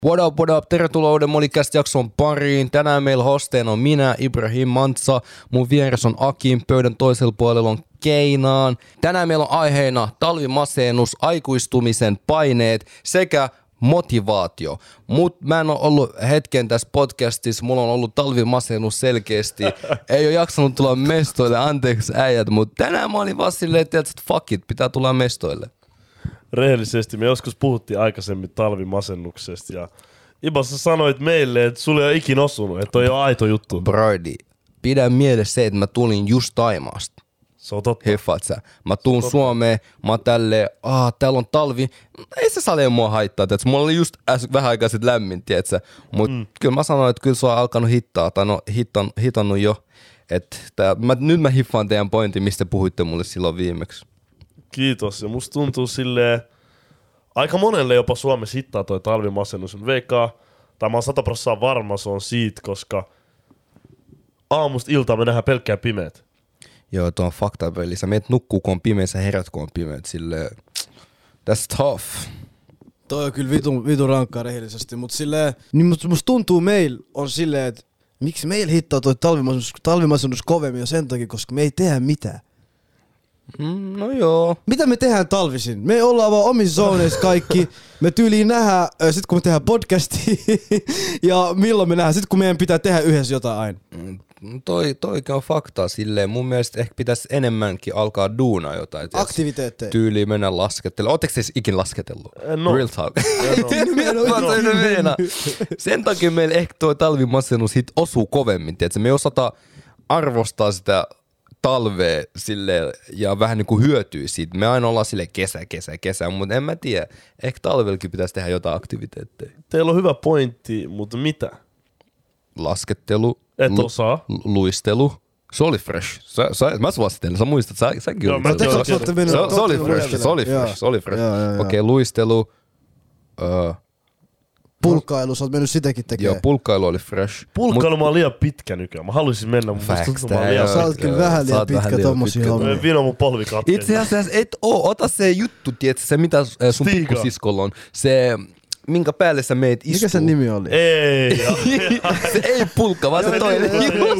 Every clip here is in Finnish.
What up, tervetuloa uuden Molicast-jakson pariin. Tänään meillä hosteena on minä, Ibrahim Mantsa. Mun vieressä on Akim, pöydän toisella puolella on Keinaan. Tänään meillä on aiheena talvimasennus, aikuistumisen paineet sekä motivaatio. Mut mä en ole ollut hetken tässä podcastissa, mulla on ollut talvimasennus selkeästi. Ei ole jaksanut tulla mestoille, anteeksi äijät, mutta tänään mä olin vaan silleen, että fuck it, pitää tulla mestoille. Rehellisesti, me joskus puhuttiin aikaisemmin talvimasennuksesta ja Iba, sä sanoit meille, että sulle ei ole ikin osunut, että toi on aito juttu. Brody, pidä mielessä se, että mä tulin just Taimaasta. Se on totta. Hiffaat sä. Mä tuun Suomeen, mä oon tälleen, täällä on talvi. Ei se sale mua haittaa, tiiätkö? Mulla oli just vähän aikaa sit lämmin, tiiätkö? Mut kyllä mä sanoin, että kyllä se on alkanut hittaa, tai no hitannut jo. Nyt mä hiffaan teidän pointin, mistä puhuitte mulle silloin viimeksi. Kiitos, ja musta tuntuu silleen, aika monelle jopa Suomessa hittaa toi talvimasennus. Veikkaa, tai mä oon 100% varma se on siitä, koska aamusta iltaan me nähdään pelkkää pimeät. Joo, tuo on faktapeli. Sä meet nukkuu, kun on pimeä, sä herät, kun on pimeät. Silleen, that's tough. Toi on kyllä vitun rankkaa rehellisesti, mutta silleen, niin musta tuntuu meillä on silleen, että miksi meillä hittaa toi talvimasennus kovemmin ja sen takia, koska me ei tehdä mitään. No joo. Mitä me tehdään talvisin? Me ollaan vaan omissa zoneissa kaikki. Me tyyliin nähdään, sit kun me tehdään podcastia ja milloin me nähdään, sit kun meidän pitää tehdä yhdessä jotain aina. Toikin on faktaa silleen. Mun mielestä ehkä pitäisi enemmänkin alkaa duunaa jotain. Aktiviteetteja. Tyyliin mennä laskettelemaan. Ootteko te ikin lasketellut? No. Real talk. Sen takia meillä ehkä tuo talvimasennus hit osuu kovemmin. Tiedätkö? Me ei osata arvostaa sitä talvea silleen ja vähän niinku hyötyy siitä. Me aina ollaan silleen kesä, mutta en mä tiedä. Ehkä talvellakin pitäisi tehdä jotain aktiviteetteja. Teillä on hyvä pointti, mutta mitä? Laskettelu. Et osaa. Luistelu. Se oli fresh. Mä suosittelen, sä muistat, säkin joo, olit. Se oli fresh. Okei, luistelu. Pulkkailu, sä oot mennyt sitäkin tekemään. Joo, pulkkailu oli fresh. Pulkkailu mä oon liian pitkä nykyään. Mä haluaisin mennä, mutta musta tuntuu mä oon liian Sä oot kyllä vähän liian pitkä tommosia hommia. Vino mun polvi katkeaa. Itse asiassa et ota se juttu, tietsä, se mitä sun pikkusiskolla on. Se, minkä päälle sä meet istuu. Mikä sen nimi oli? Ei. Se ei pulkka, vaan se toinen.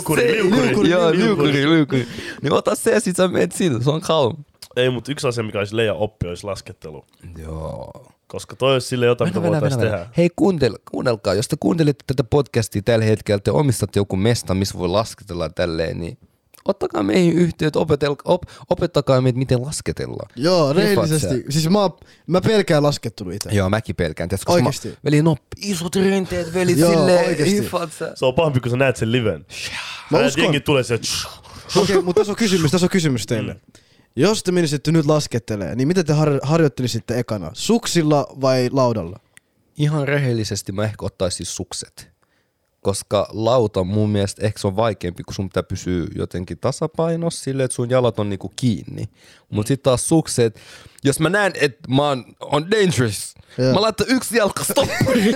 Liukuri. Niin ota se ja sit sä meet sillä, se on calm. Ei, mutta yksi asia, mikä olisi leija oppi, olisi laskettelu. Joo. Koska toi olisi sille jotain, mitä voitaisiin tehdä. Hei, kuunnelkaa. Jos te kuuntelette tätä podcastia tällä hetkellä, te omistatte joku mesta, missä voi lasketella tälleen, niin ottakaa meihin yhteyttä, opettakaa meitä, miten lasketellaan. Joo, rehellisesti. Siis mä pelkään laskettelua itse. Joo, mäkin pelkään. Tiedätkö, oikeesti? Veli, isot rinteet, velit, silleen, hiffaat Se on pahempi, kun sä näet sen liven. Mä uskon. Jengi tulee sieltä. Okei, mutta tässä on kysymys teille. Jos te menisitte nyt laskettelee, niin miten te harjoittelisitte ekana? Suksilla vai laudalla? Ihan rehellisesti mä ehkä ottaisin sukset. Koska lauta mun mielestä ehkä se on vaikeampi, kun sun pitää pysyä jotenkin tasapainossa silleen, että sun jalat on niinku kiinni. Mut sit taas sukset, jos mä näen, että mä on dangerous, mä laitan yksi jalka stoppuriin.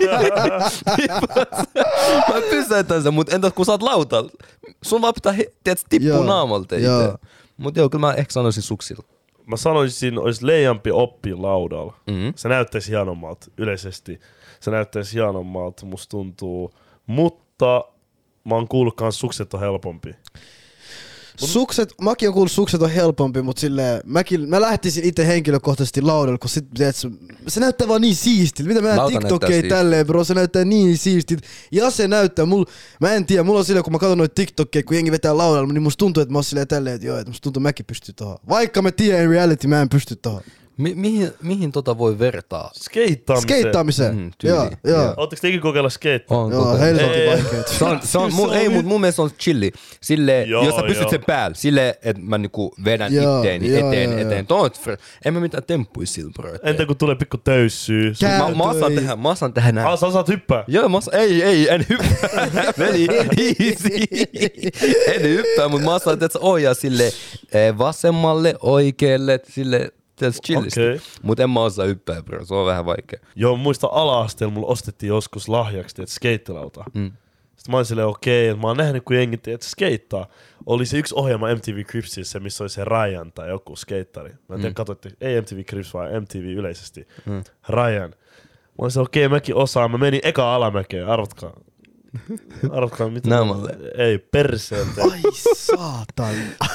Mä pysäytän sen, mut entäs kun sä oot lautalla? Sun vaan pitää tippua naamalta itse. Mut joo, kyllä mä ehkä sanoisin suksilla. Mä sanoisin, olisi leijampi oppi laudalla. Se näyttäisi hienommalta yleisesti. Se näyttäisi hienommalta, musta tuntuu. Mutta mä oon kuullut kans sukset on helpompi. Mäkin oon kuullut sukset on helpompi, mutta silleen, mä lähtisin itse henkilökohtaisesti laudalle, kun se näyttää vaan niin siistiltä. Mitä mä näen TikTokeja tälleen, bro, se näyttää niin siistiltä. Ja se näyttää, mä en tiedä, mulla on silleen, kun mä katson noita TikTokeja, kun jengi vetää laudalla, niin musta tuntuu, että mä oon silleen tälleen, että joo, että musta tuntuu, että mäkin pystyn tohon. Vaikka mä tiedän in reality, mä en pysty tohon. Mihin voi vertaa? Skeittaamiseen. Joo. Ootteko tekin kokeilla skeittaa? Joo, helvetin vaikeet. Ei, mut mun mielestä on chilli. Silleen, jos sä pystyt sen päällä, silleen, että mä niinku vedän itteeni eteen. En mä mitään temppuja sillä, bro. Entä kun tulee pikku töyssyy? Mä osaan tehdä näin. Sä osaat hyppää? Joo, en hyppää. Veli, easy. En hyppää, mut mä osaan ohjaa silleen vasemmalle, oikealle, silleen. Okay. Mutta en mä osaa hyppää, bro. Se on vähän vaikea. Joo, muista ala-asteella mulla ostettiin joskus lahjaksi, että skeittilauta. Sitten mä olin silleen okei, mä oon nähnyt kun jengi skeittaa. Oli se yksi ohjelma MTV Cripsissä, missä oli se Ryan tai joku skeittari. Mä en tiedä, katsoitte, ei MTV Crips vaan MTV yleisesti. Ryan. olin se okei, mäkin osaan. Mä menin eka alamäkeen, arvatkaa. Arvatkaa mitä? Naamalle. Ei, perseeltä. Ai saatan.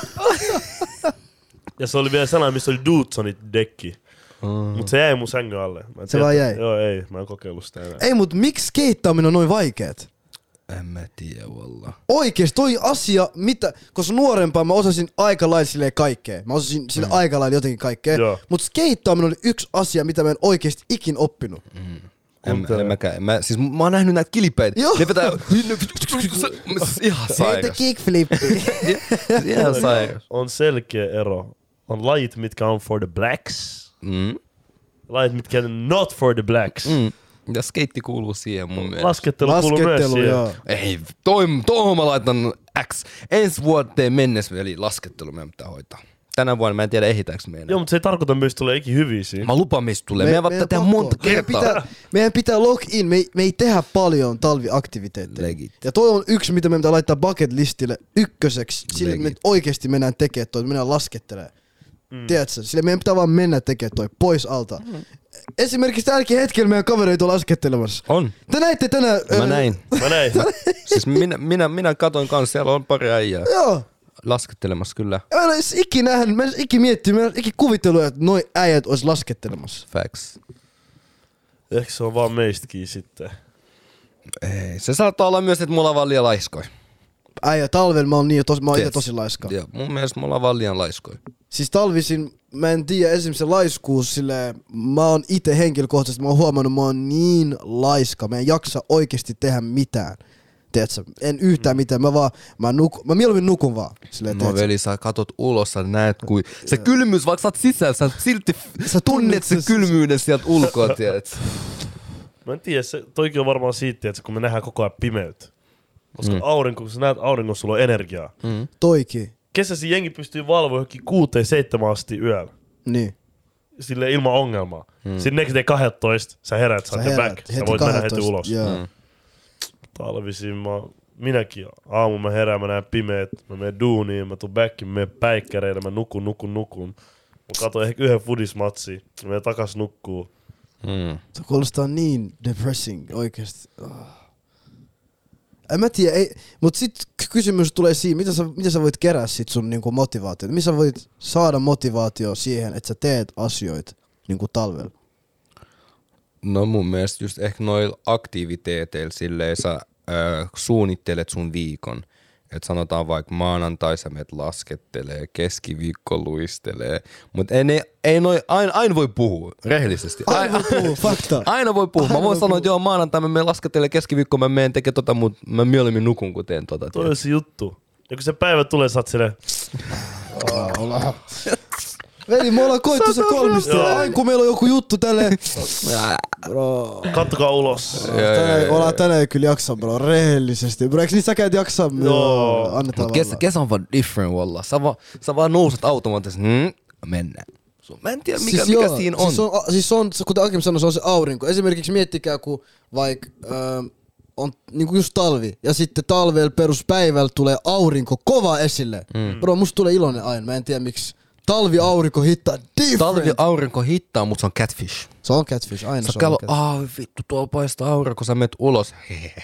Ja se oli vielä sellainen, missä oli Dudesonit dekki. Mut se jäi mun sängyn alle. Se vaan jäi? Joo, ei. Mä en kokeillut sitä enää. Ei, mut miksi skeittaaminen on noin vaikeet? En mä tiedä valla. Oikeesti toi asia, mitä, koska nuorempaa mä osasin aika lailla silleen kaikkea. Mä osasin sille aika lailla jotenkin kaikkea. Mut skeittaaminen oli yksi asia, mitä mä en oikeesti ikin oppinut. En mäkään. Mä oon nähnyt näitä kilipeitä. Joo. Ne vetää ihan sairas. Heitä kickflippi. Ihan sairas. On selkeä ero. On lajit, mitkä on for the blacks. Lajit, mitkä on not for the blacks. Ja skeitti kuuluu siihen mun mielestä. Laskettelu kuuluu myös siihen. Joo. Ei, tohon mä laitan X. Ensi vuoteen mennessä eli laskettelu meidän pitää hoitaa. Tänä vuonna mä en tiedä ehitäänkö meidän. Joo, mutta se ei tarkoita myös tulee ikin hyviä siinä. Mä lupaan meistä tulee. Meidän pitää tehdä monta kertaa. Meidän pitää log in. Me ei tehdä paljon talviaktiviteetteja. Legit. Ja toi on yksi, mitä meidän pitää laittaa bucket listille ykköseksi. Sille me oikeesti mennään tekemään toi. Mennään laskettelemaan. Tiedätkö? Sille meidän pitää vaan mennä tekemään toi pois alta. Esimerkiksi tälläkin hetkellä meidän kavereita on laskettelemassa. On. Te näitte tänään... Mä näin. Mä näin. Siis minä katoin kanssa, siellä on pari äijää. Joo. Laskettelemassa kyllä. Mä en ois ikin nähnyt, mä en ois ikin miettinyt, mä en ois ikin kuvitellut, että noi äijät ois laskettelemassa. Facts. Ehkä se on vaan meistäkin sitten. Ei, se saattaa olla myös, että mulla on vaan liian laiskoja. Äijä, talvella mä oon mä oon itse tosi laiska. Joo, mun mielestä mulla on vaan liian laiskoja. Siis talvisin, mä en tiedä, esimerkiksi se laiskuus, silleen, mä oon ite henkilökohtaisesti, mä oon huomannut, mä oon niin laiska, mä en jaksa oikeesti tehdä mitään. Tiedätkö? En yhtään mitään, mä mieluummin nukun vaan. Silleen, No veli, sä katot ulos, sä näet kuin se kylmyys, vaikka sä oot sisällä, sä silti tunnet se kylmyyden sieltä ulkoa, tiedät. Mä en tiedä, toikin on varmaan siitä, että kun me nähdään koko ajan pimeyttä. Koska aurinko, kun sä näet auringon, sulla on energiaa. Toikin. Kesäsi jengi pystyy valvoa johonkin 6-7 asti yöllä. Niin. Silleen ilman ongelmaa. Sitten next day 12, sä herät, sä oot back. Sä voit mennä heti ulos. Talvisin minäkin aamu mä herään, mä näen pimeät, mä menen duuniin, mä tuun backin, mä menen päikkäreille, mä nukun. Mä katon ehkä yhden fudismatsia, mä menen takas nukkuu. Se kuulostaa niin depressing oikeesti. En mä tiedä, mut sit kysymys tulee siihen, mitä sä voit kerää sit sun niinku motivaatiota? Missä voit saada motivaatio siihen, että sä teet asioita niinku talvella? No mun mielestä just ehkä noilla aktiviteeteilla silleen sä suunnittelet sun viikon. Että sanotaan vaikka maanantai sä menet laskettelee, keskiviikko luistelee. Mut ei noi, aina voi puhua, rehellisesti. Aina voi puhua, fakta. Aina voi puhua. Mä voin sanoa, että joo maanantai mä menen laskettelee, keskiviikko mä menen tekemään tota, mut mä mieluummin nukun kun teen tota. Toi on se juttu. Ja kun se päivä tulee, sä oot silleen... Veli, me ollaan koittu se kolmista. Aina kun meillä on joku juttu tälleen. Bro. Kattokaa ulos. Ollaan tänään kyllä jaksaa, bro. Rehellisesti. Bro, eikö niin sä käyt jaksaa? Joo. Annetaan mut kesä on vaan different walla. Sä vaan nouset automaattisesti. Mennään. Mä en tiedä mikä siinä on. Siis on, kuten Akim sanoi, se on se aurinko. Esimerkiksi miettikää, kun vaikka on niinku just talvi. Ja sitten talvella peruspäivällä tulee aurinko kova esille. Bro, musta tulee iloinen aina. Mä en tiedä miksi. Talvi-aurinko hittaa different. Talvi-aurinko hittaa, mutta se on catfish. Se on catfish, aina se on catfish. Vittu, tuolla paistaa aurinko, sä menet ulos.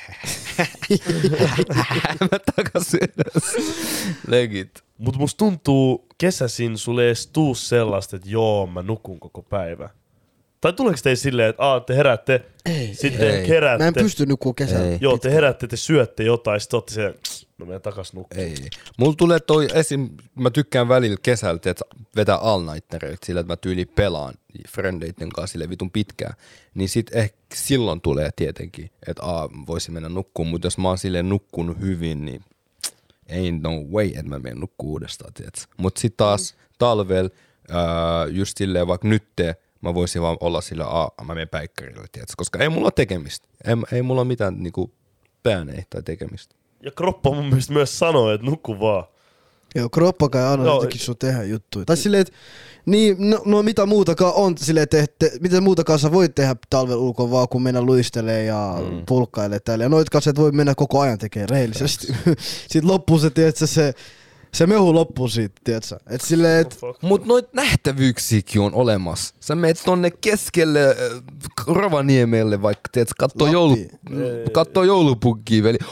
Mä takas ylös. Legit. Mut musta tuntuu kesäsin sulle ees tuu sellaista, että joo, mä nukun koko päivä. Tai tuleeko teille silleen, että te heräätte, sitten heräätte. Mä en pysty nukkuu kesällä. Joo, te heräätte, te syötte jotain, sit ootte siellä, mä menen takas nukkuun. Ei. Mulla tulee toi esim, mä tykkään välillä kesällä, että vetää all-nightereita sillä, että mä tyyli pelaan frendeitten kanssa sille vitun pitkään. Niin sit ehkä silloin tulee tietenkin, että voisin mennä nukkuun, mutta jos mä oon silleen nukkunut hyvin, niin ain't no way, että mä menen nukkuun uudestaan, tiedätkö. Mut sit taas talvel, just silleen vaikka nytte, mä voisin vaan olla sillä, mä menen päikkärille, tiedätkö? Koska ei mulla ole tekemistä. Ei mulla ole mitään niinku pääneihin tai tekemistä. Ja kroppa mun mielestä myös sanoo, että nukku vaan. Joo, kroppa kai aina jotenkin sun tehdä juttuja. Tai silleen, että niin, no mitä muutakaan on silleen, mitä muutakaan sä voit tehdä talvella ulkoa vaan, kun mennä luistelee ja pulkkailee täällä. Ja noit kanssa et voi mennä koko ajan tekemään rehellisesti. Sitten loppuu se, tiedätkö, se se mehu loppuu siitä, tiiätsä. Et silleen, et... Mut noit nähtävyyksiäkin on olemassa. Sä meet tonne keskelle Rovaniemelle vaikka, tiiätsä, kattoo joulupukkiin, veli.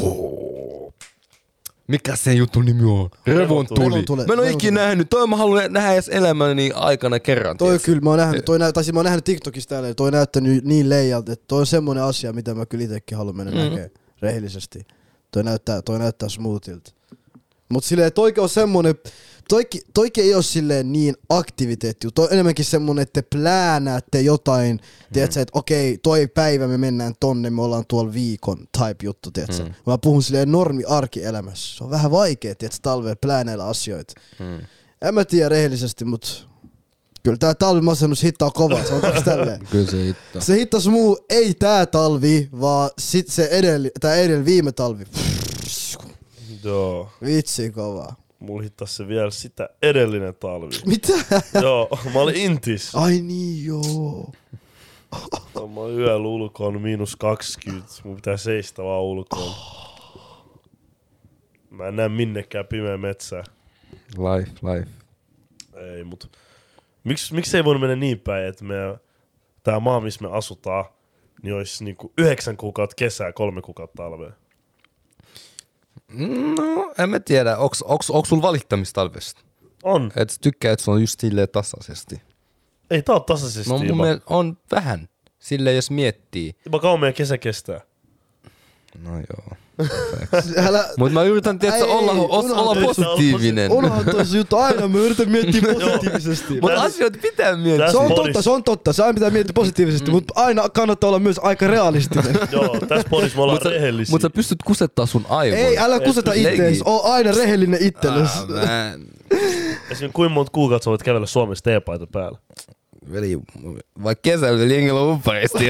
Mikä sen jutun nimi on? Revontuli. Mä en oo ikinä nähnyt. Toi mä haluan nähdä edes elämäni aikana kerran. Toi kyllä mä oon nähnyt. Mä oon nähnyt TikTokista täällä. Toi näyttänyt niin leijalta, että toi on semmonen asia, mitä mä kyllä itekin haluan mennä näkee rehellisesti. Toi näyttää smoothilta. Mut silleen toikin on semmonen, toikin ei oo silleen niin aktiviteetti. Toi on enemmänkin semmonen, että te pläänäätte jotain, tiiätsä, että okei, toi päivä me mennään tonne, me ollaan tuolla viikon type juttu, tiiätsä. Mä puhun silleen normi arkielämässä. Se on vähän vaikea, tiiätsä, talvella pläänäillä asioita. En mä tiedä rehellisesti, mut kyllä tää talvimasennus hittaa kovaa, sanotaanko tälleen? Kyllä se hittaa. Se hittas muu, ei tää talvi, vaan sit se edellä viime talvi. Joo. Vitsi kovaa. Mulla hittas se vielä sitä edellinen talvi. Mitä? Joo, mä olin Intis. Ai niin joo. Mä olin yöllä ulkoon -20. Mun pitää seistä vaan ulkoon. Mä en näe minnekään pimeä metsää. Life. Ei, mut miksi ei voinut mennä niin päin, että tää maa, missä me asutaan, niin olisi niinku 9 kuukautta kesää, 3 kuukautta talvea. No, en mä tiedä. Onks sul valittamista talvesta? On. Et tykkää, että se on just silleen tasaisesti. Ei tää oo tasaisesti. No mun mielestä on vähän. Silleen jos miettii. Jopa kauan meidän kesä kestää. No joo. Mut mä yritän olla positiivinen. Onhan tossa juttu aina, mä yritän miettiä positiivisesti. Mut asioita pitää miettiä. Se on totta. Se aina pitää miettiä positiivisesti, mutta aina kannattaa olla myös aika realistinen. Joo, tässä podissa me ollaan rehellisiä. Mut sä pystyt kusettaa sun aivoja. Ei, älä kuseta ittees. Oo aina rehellinen itsellesi. Esimerkiksi kuinka monta kuukautta sä voit kävellä Suomessa teepaita päällä? Veli, vaikka kesällä jengillä on upparisti.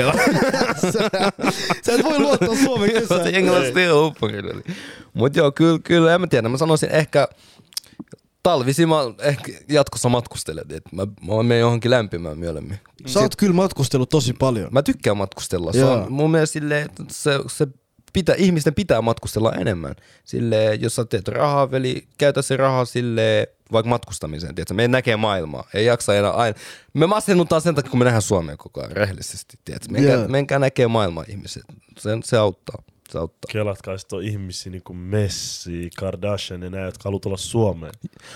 Sä et voi luottaa Suomen kesään. Se jengillä on still uppari. Mut joo, kyllä en mä tiedä. Mä sanoisin ehkä talvisin mä ehkä jatkossa matkustelen. Mä menen johonkin lämpimään mielemmin. Sä oot kyllä matkustellut tosi paljon. Mä tykkään matkustella. Se on mun mielestä silleen, että ihmisten pitää matkustella enemmän. Silleen, jos sä teet rahaa, veli, käytä se rahaa silleen, vaikka matkustamiseen, tiedätkö? Me näkee maailmaa, ei jaksa enää aina. Me masennutaan sen takia, kun me nähdään Suomea koko ajan, rehellisesti, tiedätkö? Menkää näkee maailmaa ihmiset, se auttaa. Kelatkaa sit on ihmisiä niinku Messi, Kardashian ja nää, jotka haluaa tulla Suomeen.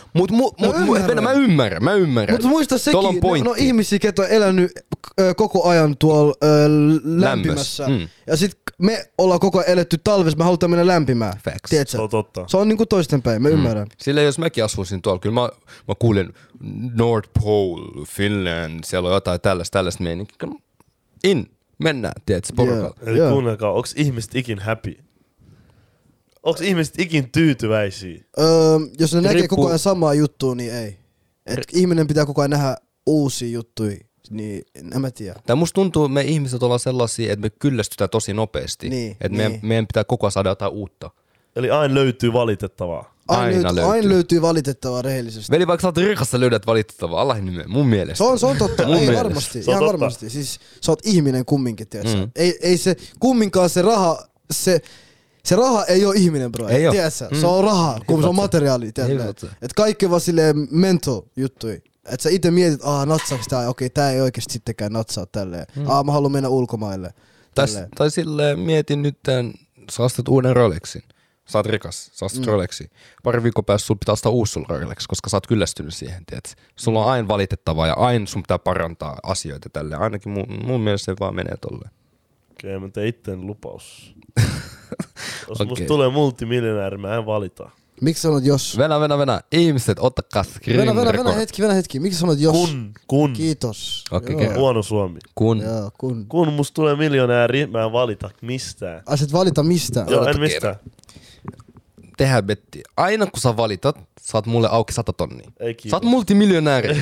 Mä ymmärrän. Mutta muista sekin, no ihmisiä, ketkä on elänyt koko ajan tuolla lämpimässä. Ja sit me ollaan koko ajan eletty talvessa, me halutaan mennä lämpimään. Facts. Se on totta. Se on niinku toistenpäin, mä ymmärrän. Sillä jos mäkin asuisin tuolla, kyllä mä kuulen North Pole, Finland, siellä on jotain tällaista meininkiä. Mennään, tiedätkö, porukalla. Eli kuunnelkaa, onks ihmiset ikin happy? Onks ihmiset ikin tyytyväisiä? Jos ne näkee koko ajan samaa juttua, niin ei. Et ihminen pitää koko ajan nähdä uusia juttuja, niin en mä tiedä. Tai musta tuntuu, me ihmiset ollaan sellaisia, että me kyllästytään tosi nopeasti. Että meidän pitää koko ajan saada jotain uutta. Eli aina löytyy valitettavaa. Aina löytyy valitettavaa rehellisesti. Veli, vaikka sä oot rikas, sä löydät valitettavaa. Allahin nimeen, mun mielestä. Se on totta, ei varmasti, ihan varmasti. Siis sä oot ihminen kumminkin, tiedätkö? Ei se kumminkaan se raha, se raha ei oo ihminen, bro. Ei tiedätkö? Se on raha, kun se on materiaali, tiedätkö? Et kaikki vaan silleen mental juttui. Et sä ite mietit, natsaaks tää, okei, tää ei oikeesti sittenkään natsaa tälleen. Mä haluan mennä ulkomaille. Tai silleen mietin nyt sä ostat uuden Rolexin. Sä oot rikas, sä ostat Rolexi. Pari viikon päästä sulla pitää ostaa uusi sulla Rolex, koska sä oot kyllästynyt siihen, tiedät. Sulla on aina valitettavaa ja aina sun pitää parantaa asioita tälleen. Ainakin mun mielestä se vaan menee tolleen. Okei, mä teen itteen lupaus. Jos musta tulee multimiljonääri, mä en valita. Miksi sanot jos? Venä. Ihmiset, ottakaa screen record. Venä hetki. Miksi sanot jos? Kun. Kiitos. Okay. Huono suomi. Kun. Joo, kun. Kun musta tulee miljonääri, mä en valita mistään. Aiset valita mistään? Joo, en mistään. Tehdään betti. Aina kun sä valitat, saat mulle auki 100 tonnia. Ei kiitos. Sä oot multimiljonääri.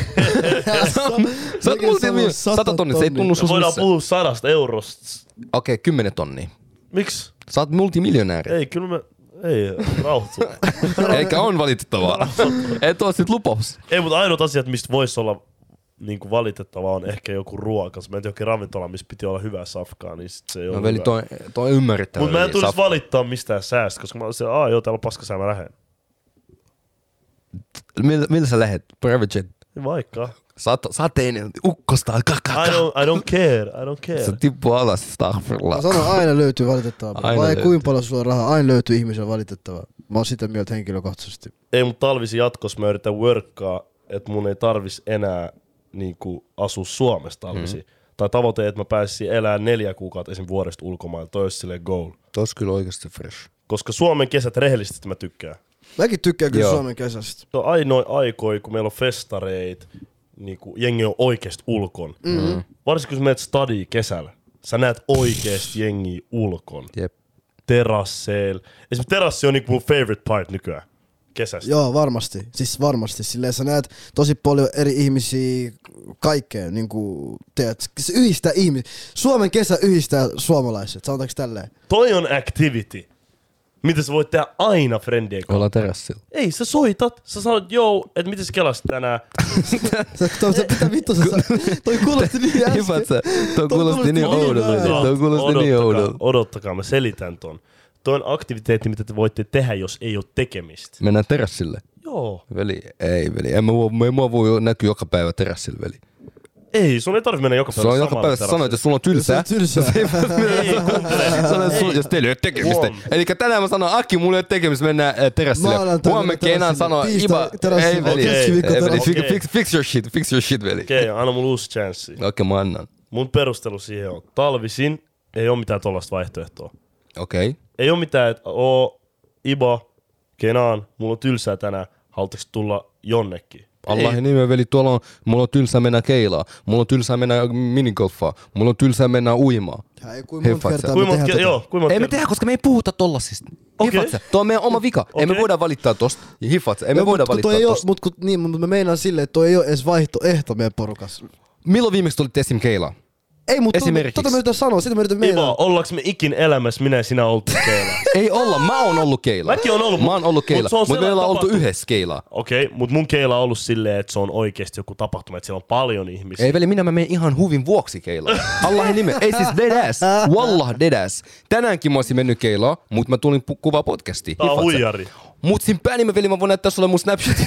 Sä oot multimiljonääri. 100 tonnia, se ei tunnu sus voidaan missään. puhua 100 eurosta. Okei, 10 tonnia. Miksi? Sä oot multimiljonääri. Ei, kyllä mä... Ei, rauhoitu. Eikä on valitettavaa. Et oo sit lupaus. Ei, mutta ainoat asiat, mistä voisi olla niinku valitettavaa, on ehkä joku ruoka. Mä en tiedä, jokin ravintola, missä piti olla hyvää safkaa, niin sit se ei ole veli, hyvä. toi ymmärrettävä. Mut mä en tulisi valittaa mistään säästä, koska mä olisin, joo, täällä on paskasää, mä lähden. Millä sä lähet? Private jet. Vaikka. Sateinen, ukkosta, I don't care. Se tippuu alas, stagfirullah. Mä sanon, aina löytyy valitettavaa. Aina Vai löytyy. kuinka paljon sulla on rahaa, aina löytyy ihmisen valitettavaa. Mä oon sitä mieltä henkilökohtaisesti. Ei mun talvisi jatkossa mä yritän workkaa, että mun ei tarvis enää niinku asua Suomessa talvisi. Tai tavoite, että mä pääsisin elämään 4 kuukautta esim. Vuodesta ulkomailla. Toi olisi silleen goal. Tos kyllä oikeasti fresh. Koska Suomen kesät rehellisesti mä tykkään. Mäkin tykkään kyllä Joo. Suomen kesästä. Se on ainoa aikoi, kun meillä on festareita, niinku jengi on oikeesti ulkon. Varsinkin kun sä menet studiin kesällä, sä näet oikeesti jengiä ulkon. Jep. Terasseilla. Esimerkiksi terassi on niinku mun favorite part nykyään. Kesästä. Joo, varmasti. Siis varmasti. Silleen sä näet tosi paljon eri ihmisiä kaikkea. Niinku, tiedät, se yhdistää ihmisiä. Suomen kesä yhdistää suomalaiset. Sanotaanko tälleen? Toi on activity. Mitä sä voit tehdä aina friendien kanssa. Ollaan terassilla. Ei, sä soitat, sä sanot, joo, että miten sä kelasit tänään. Mitä vittu sä toi kuulosti niin äsken. Hyvät sä. Toi kuulosti niin oudolta. Toi kuulosti niin oudolta. Odottakaa, mä selitän ton. Toi on aktiviteetti, mitä te voitte tehdä, jos ei ole tekemistä. Mennään terassille. Joo. Veli, ei veli. Ei mua voi näkyä joka päivä terassilla, veli. Ei, sun ei tarvitse mennä joka päivä Se on joka samalle päivä, sä sanoit, että sulla on tylsää. Se on tylsää. Ei, kuuntele. Jos teillä ei ole tekemistä. Eli tänään mä sanon, Aki, mulla ei ole tekemistä, mennään terassille. Maanantaina Huomenna enää sanoa, tiistai Iba, terassille. ei veli. Keskiviikko Ei, veli. terassille. Fix your shit, veli. Okei, anna mulla uusi chanssi. Okei, mä annan. Mun perustelu siihen on, talvisin ei ole mitään tollaista vaihtoehtoa. Okei. Ei ole mitään, että Iba, Kenan, mulla on tylsää tänään, haluatteko tulla jonnekin? Allahin nimeen, veli, tuolla on, mulla on tylsää mennä keilaa, mulla on tylsää mennä minigolfaa, mulla on tylsää mennä uimaan. Ja ei kuinka monta Hiffaat sä? kertaa me tehdään Joo, kuinka monta Ei me kertaa? tehdä, koska me ei puhuta tollasista. Okei. Hiffaat sä? Tuo on meidän oma vika. Ei me Okei. voida valittaa tosta. Hiffaat sä? Ei me voida valittaa tosta. Mutta mä meinaan silleen, että toi ei ole edes vaihtoehto meidän porukassa. Milloin viimeksi tulit esim. Keilaa? Ei, mutta Esimerkiksi. tota mä yritän sanoa, sitä mä yritän Iba, meinaa. ollaanko me ikin elämässä minä ja sinä oltu keilaa? Ei olla, mä oon ollut keilaa. Mäkin oon ollut, Mä oon ollut keilaa, mut se on mutta me sellainen ollaan oltu tapahtuma. yhdessä keilaa. Okei, mut mun keila on ollut silleen, että se on oikeesti joku tapahtuma, että siellä on paljon ihmisiä. Ei veli, minä mä menen ihan huvin vuoksi keilaan. Allahin nime. Ei siis deadass. Wallah deadass. Tänäänkin mä olisin mennyt keilaa, mutta mä tulin kuvaa podcastiin. Tää on Hiffaat sä? huijari. Mut siinä päin veli, mä voin näyttää sulle mun Snapchatista.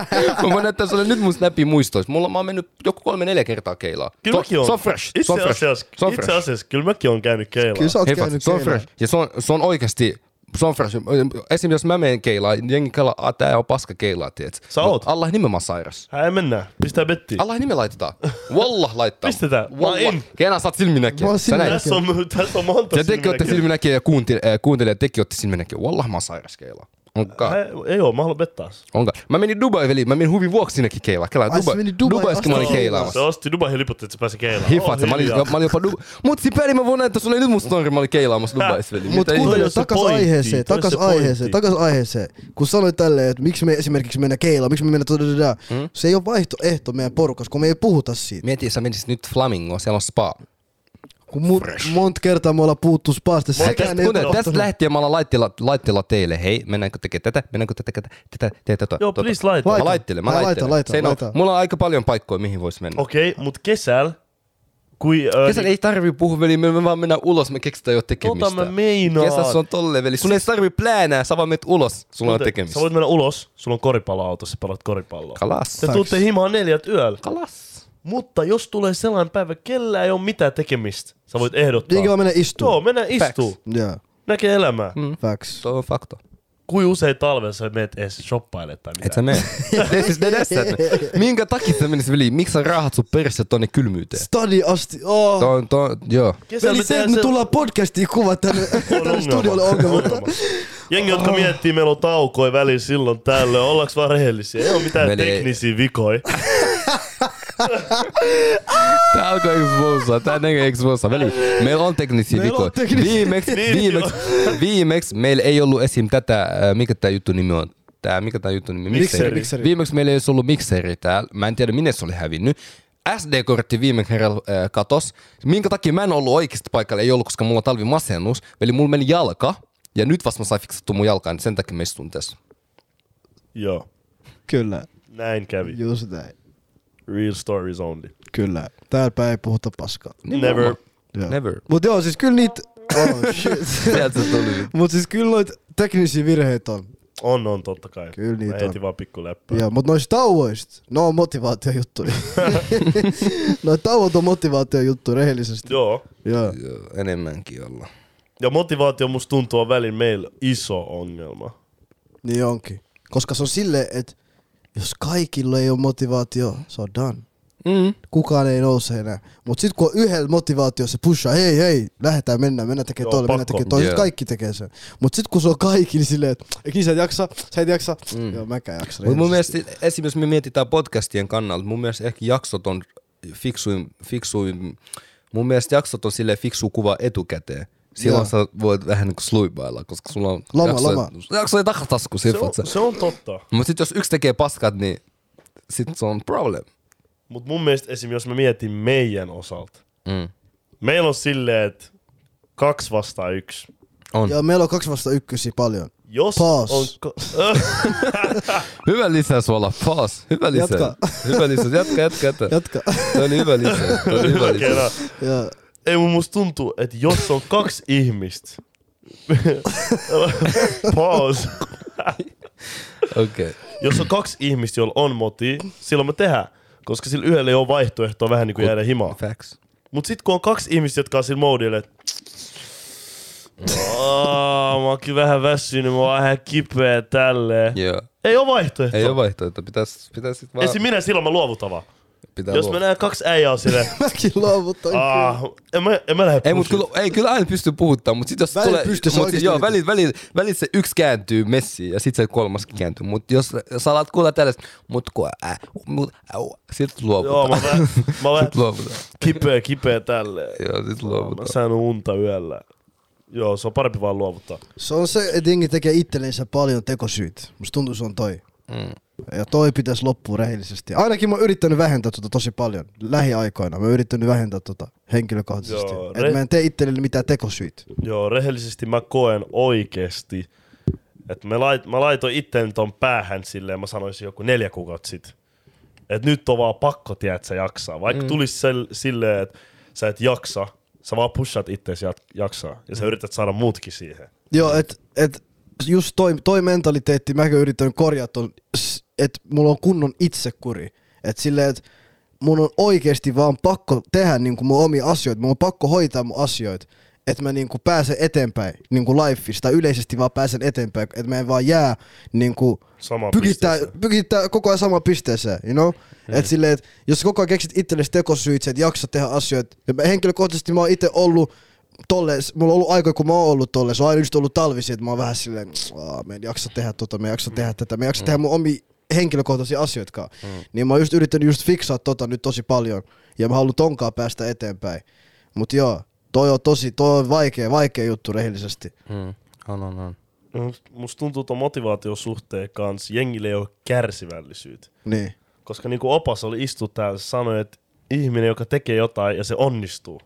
Mä voin näyttää sulle nyt mun Snapin muistoista. Mä oon mennyt joku 3-4 kertaa keilaa. Kyllä mäkin on. Se on fresh. Se on fresh. Se on Itse fresh. asiassa, kyllä mäkin on käynyt keilaa. Kyllä sä oot Hei, käynyt se on keilaa. fresh. Ja se on oikeasti, se on fresh. Esimerkiksi jos mä menen keilaan, jengi kelaa, tää on paska keilaa, tiedät. Sä oot. Allah nime mä oon sairas. Hää mennään. Pistää bettiin. Allah nime laitetaan. Wallah laittaa. Pistetään. Mä Wallah. en. Kena sä oot silminäkijä. Mä oon Sä näit. Tässä on monta Ja tekin ootte silmäkkiä. silminäkijä ja kuuntelijat tekin ootte silminäkijä. Wallah mä oon sairas keilaa. Onkaan. Ei oo, mä haluan bettaa. Onkaan. Mä menin Dubai, veli. Mä menin huvin vuoksi sinnekin keilaan. Kelaa, Ai, sä menit Dubai Dubaiskin mä olin asti keilaamassa. Se osti Dubaihin liput, että se pääsi keilaan. Hiffaat sä, mä olin jopa Mut sipäri mä voin näyttää sulle nyt mun story, mä olin keilaamassa Dubaissa, veli. Mut Mitä kuuntele, Toi on se takas pointti, aiheeseen, toi on takas se pointti. aiheeseen, takas aiheeseen. Kun sanoit tälleen, että miksi me esimerkiksi mennä keilaan, miksi me mennä se ei ole vaihtoehto meidän porukassa, kun me ei puhuta siitä. Mieti, jos sä menisit nyt Flamingoon, siellä on spa. Kun monta kertaa me ollaan puhuttu spaasta, sekään ei Kuuntele, ole tästä lähtien mä ollaan laitteella teille. Hei, mennäänkö tekemään tätä? Mennäänkö tätä? Joo, please laita. Mä laittelen. Laita. Mulla on aika paljon paikkoja, mihin vois mennä. Okei, mut kesällä, kui... Kesällä ei tarvii puhua, veli, me vaan mennään ulos, me keksitään jo tekemistä. Tota mä meinaan. Kesässä on tolleen, veli. Sun ei tarvii pläänää, sä vaan menet ulos, sulla on tekemistä. Sä voit mennä ulos, sulla on koripalloautossa, pelaat koripalloa. Kalas. Te tuutte himaan 4 yöllä. Kalas. Mutta jos tulee sellainen päivä, kellä ei ole mitään tekemistä, sä voit ehdottaa. Jengi vaan menee istuu. Joo, mennään istuu. Joo, Näkee elämää. facts. Se on fakta. Kui usein talvella sä meet edes shoppaille tai Et sä mitään? mene. Siis ne tässä. Minkä takia sä menisit, veli? Miksi sä raahat sun perse tonne kylmyyteen? Stadi asti, oh. Joo. Kesällä Veli me se, tehdään että me tullaan podcastiin kuva tänne studiolle ongelma. Jengi, jotka miettii, meillä on taukoja väliin silloin tällöin, ollaanko vaan rehellisiä? Ei ole mitään Veli, ei. teknisiä vikoja. Tää alkoi exposaa, tää näkee exposaa. Veli, meillä on teknisiä Meillä on vikoja. teknisiä- Viimeksi meillä ei ollut esim. Tätä, mikä tää juttu nimi on? Mikä tää juttu nimi? Mikseri. Viimeksi meillä ei olisi ollut mikseri täällä. Mä en tiedä, minne se oli hävinnyt. SD-kortti viime kerralla katos. Minkä takia mä en ollut oikeasti paikalla, ei ollut, koska mulla on talvimasennus. Eli mulla meni jalka. Ja nyt vasta mä sain fiksattua mun jalkaan, niin sen takia mä istun tässä. Joo, Kyllä, näin kävi. just näin. Real stories only. Kyllä. Täälläpä ei puhuta paskaa. Never. Joo. Never. Mut joo, siis kyllä niitä... Oh shit. Sieltä se tuli. Mut siis kyllä noita teknisiä virheitä on. On totta kai. Kyllä niitä mä heitin vaan pikku leppää. Joo, mutta noista tauoista, ne on motivaatiojuttu. Noita tauot on motivaatiojuttu rehellisesti. Joo. Joo. Enemmänkin olla. Ja motivaatio musta tuntuu on välillä meillä iso ongelma. Niin onkin. Koska se on silleen, että jos kaikilla ei ole motivaatio, se on done. Kukaan ei nouse enää. Mut sit kun on yhdellä motivaatio, se pushaa, hei, mennään tekee tolle, mennään tekee tolle. Kaikki tekee sen. Mut sit kun se on kaikki, niin silleen, että niin sä et jaksa. Joo, mäkään jaksa. Mut mun mielestä esimerkiksi me mietitään podcastien kannalta, mun mielestä ehkä jaksot on fiksuin. Mun mielestä jaksot on silleen fiksu kuva etukäteen. Silloin sä voit vähän niinku sluibailla, koska sulla on jaksoja takatasku. Se on totta. Mut sit jos yksi tekee paskat, niin sit se on problem. Mut mun mielestä esim. Jos mä mietin meidän osalta. Meillä on silleen, että 2 vastaan 1. On. Joo, meillä on 2 vastaan 1 paljon. Jos Paas. on... Hyvä lisäys olla. Paas. Hyvä lisäys. Hyvä lisäys. Jatka. Toi oli hyvä lisäys. Ei musta tuntuu, että jos on 2 ihmistä... Pause. Okei. Jos on 2 ihmistä, joilla on moti, silloin me tehdään. Koska sillä yhdellä ei ole vaihtoehtoa vähän niin kuin jäädä himaan. Facts. Mut sit kun on 2 ihmistä, jotka on sillä moodilla, että mä oonkin vähän väsynyt, mä oon vähän kipeä tälleen. Joo. Ei oo vaihtoehtoa. Ei oo vaihtoehtoa. Pitäis sit vaan... Esim. Minä silloin mä luovutan vaan. Pitää jos mä näen 2 äijää silleen... Mäkin luovutan kyllä. En mä lähde kyllä aina pystyy puhuttaa, mut sit jos välillä tulee... pystyy, se oikeesti... Joo, välillä se yksi kääntyy messiin ja sit se kolmaskin kääntyy. Mut jos sä alat kuulla tällaista, sit luovutaan. Joo, mä sit luovutaan. Kipeä tälleen. Joo, sit luovutaan. Mä saanut unta yöllä. Joo, se on parempi vaan luovuttaa. Se on se, että jengi tekee itsellensä paljon tekosyitä. Musta tuntuu se on toi. Ja toi pitäisi loppua rehellisesti. Ainakin mä oon yrittänyt vähentää tosi paljon. Lähiaikoina mä oon yrittänyt vähentää henkilökohtaisesti. Että mä en tee itselleni mitään tekosyitä. Joo, rehellisesti mä koen oikeesti, että mä laitoin itteen ton päähän silleen, mä sanoisin joku 4 kuukautta sit. Että nyt on vaan pakko, tiedät sä jaksaa. Vaikka tulisi silleen, että sä et jaksa, sä vaan pushat itteesi jaksaa. Ja sä yrität saada muutkin siihen. Joo, et just toi mentaliteetti mäkin yritän korjata, että mulla on kunnon itsekuri. Että silleen, että mun on oikeesti vaan pakko tehdä niinku mun omia asioita. Mun on pakko hoitaa mun asioita. Että mä niinku pääsen eteenpäin niinku lifeissa tai yleisesti vaan pääsen eteenpäin. Että mä en vaan jää niinku pykittää koko ajan samaan pisteeseen, you know? Että silleen, että jos koko ajan keksit itsellesi tekosyitä, et jaksa tehdä asioita. Ja henkilökohtaisesti mä oon itse ollut tolleen, mulla on ollut aikoja, kun mä oon ollut tolleen, se on aina just ollut talvisia, että mä oon vähän silleen, mä en jaksa tehdä mä en jaksa tehdä tätä, mä en jaksa tehdä mun omia henkilökohtaisia asioitakaan. Niin mä oon just yrittänyt just fiksaa nyt tosi paljon, ja mä haluan tonkaan päästä eteenpäin. Mut joo, toi on vaikea juttu rehellisesti. On. Musta tuntuu ton motivaation suhteen kanssa, jengille ei ole kärsivällisyyttä. Niin. Koska niinku opas oli istu täällä, sanoi, että ihminen, joka tekee jotain ja se onnistuu,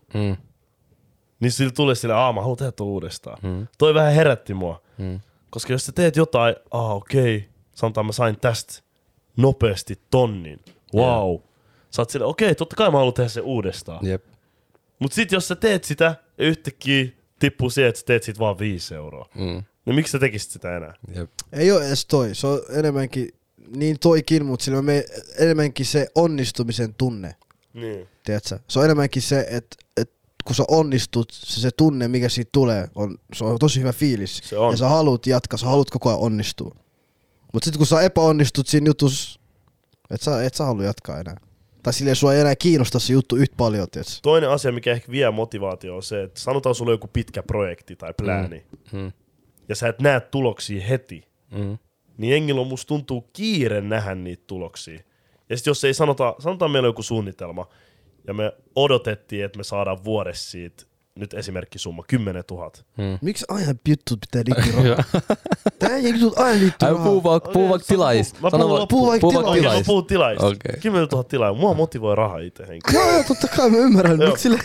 niin sillä tulee silleen, mä haluan tehdä tuon uudestaan. Toi vähän herätti mua. Koska jos sä teet jotain, okei, sanotaan mä sain tästä nopeasti 1,000. Wow. Sä oot silleen, okei, totta kai mä haluan tehdä sen uudestaan. Jep. Mut sit jos sä teet sitä ja yhtäkkiä tippuu siihen, että sä teet sit vaan 5 euroa. Niin miksi sä tekisit sitä enää? Jep. Ei oo edes toi, se on enemmänkin, niin toikin, mut sillä on enemmänkin se onnistumisen tunne. Niin. Tiedätkö? Se on enemmänkin se, että kun sä onnistut, se tunne, mikä siitä tulee, se on tosi hyvä fiilis. Se on. Ja sä haluut jatkaa, sä haluut koko ajan onnistua. Mut sit kun sä epäonnistut siinä jutussa, et sä halua jatkaa enää. Tai silleen sua ei enää kiinnosta se juttu yhtä paljon, tiedätkö? Toinen asia, mikä ehkä vie motivaatio on se, että sanotaan sulla on joku pitkä projekti tai plääni, ja sä et näe tuloksia heti, niin jengillä on musta tuntuu kiire nähdä niitä tuloksia. Ja sit jos ei sanotaan meillä on joku suunnitelma, ja me odotettiin, että me saadaan vuodessa siitä, nyt esimerkkisumma, 10 000. Miksi aina jutut pitää liittyä rahaa? Tää ei jutut aina liittyä rahaa. Puhuu vaikka tilaajista. Puhuu vaikka tilaajista. Mä puhun tilaajista. 10 000 tilaajia. Mua motivoi raha itse henkilöä. Joo, totta kai mä ymmärrän.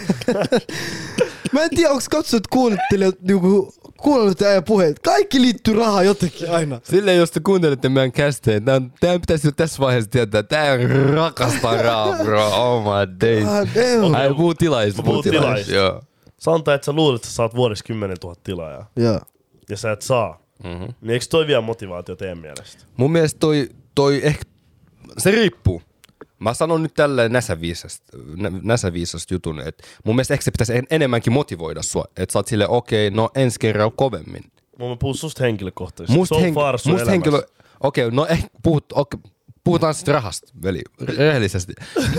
Mä en tiedä, onko katsojat kuunnellut teidän puheet. Kaikki liittyy rahaan jotenkin aina. Silleen, jos te kuuntelette meidän kästeen, teidän pitäisi jo tässä vaiheessa tietää, että tää rakastaa rahaa, bro. Oh my days. Puhuu tilaajista. Sanotaan, että sä luulet, että sä saat vuodessa 10 000 tilaajaa. Joo. Ja sä et saa. niin eikö toi vielä motivaatio teidän mielestä? Mun mielestä toi ehkä, se riippuu. Mä sanon nyt tälleen näsäviisasta jutun, että mun mielestä ehkä se pitäisi enemmänkin motivoida sua, että sä oot silleen no ensi kerralla kovemmin. Mä puhun susta henkilökohtaisesti. No ehkä puhutaan sitten rahasta, veli, rehellisesti.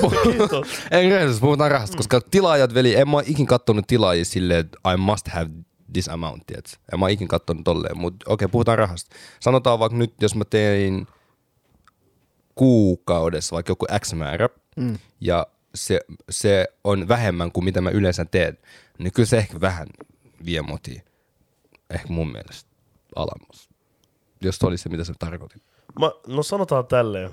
En rehellisesti, puhutaan rahasta, koska tilaajat, veli, en mä ikin kattonut tilaajia silleen, että I must have this amount, tiedätkö? En mä ikin kattonut tolleen, mutta puhutaan rahasta. Sanotaan vaikka nyt, jos mä tein kuukaudessa vaikka joku X määrä, ja se on vähemmän kuin mitä mä yleensä teen, niin kyllä se ehkä vähän vie motia. Ehkä mun mielestä alammas. Jos toi oli se, mitä sä tarkoitit. No sanotaan tälleen.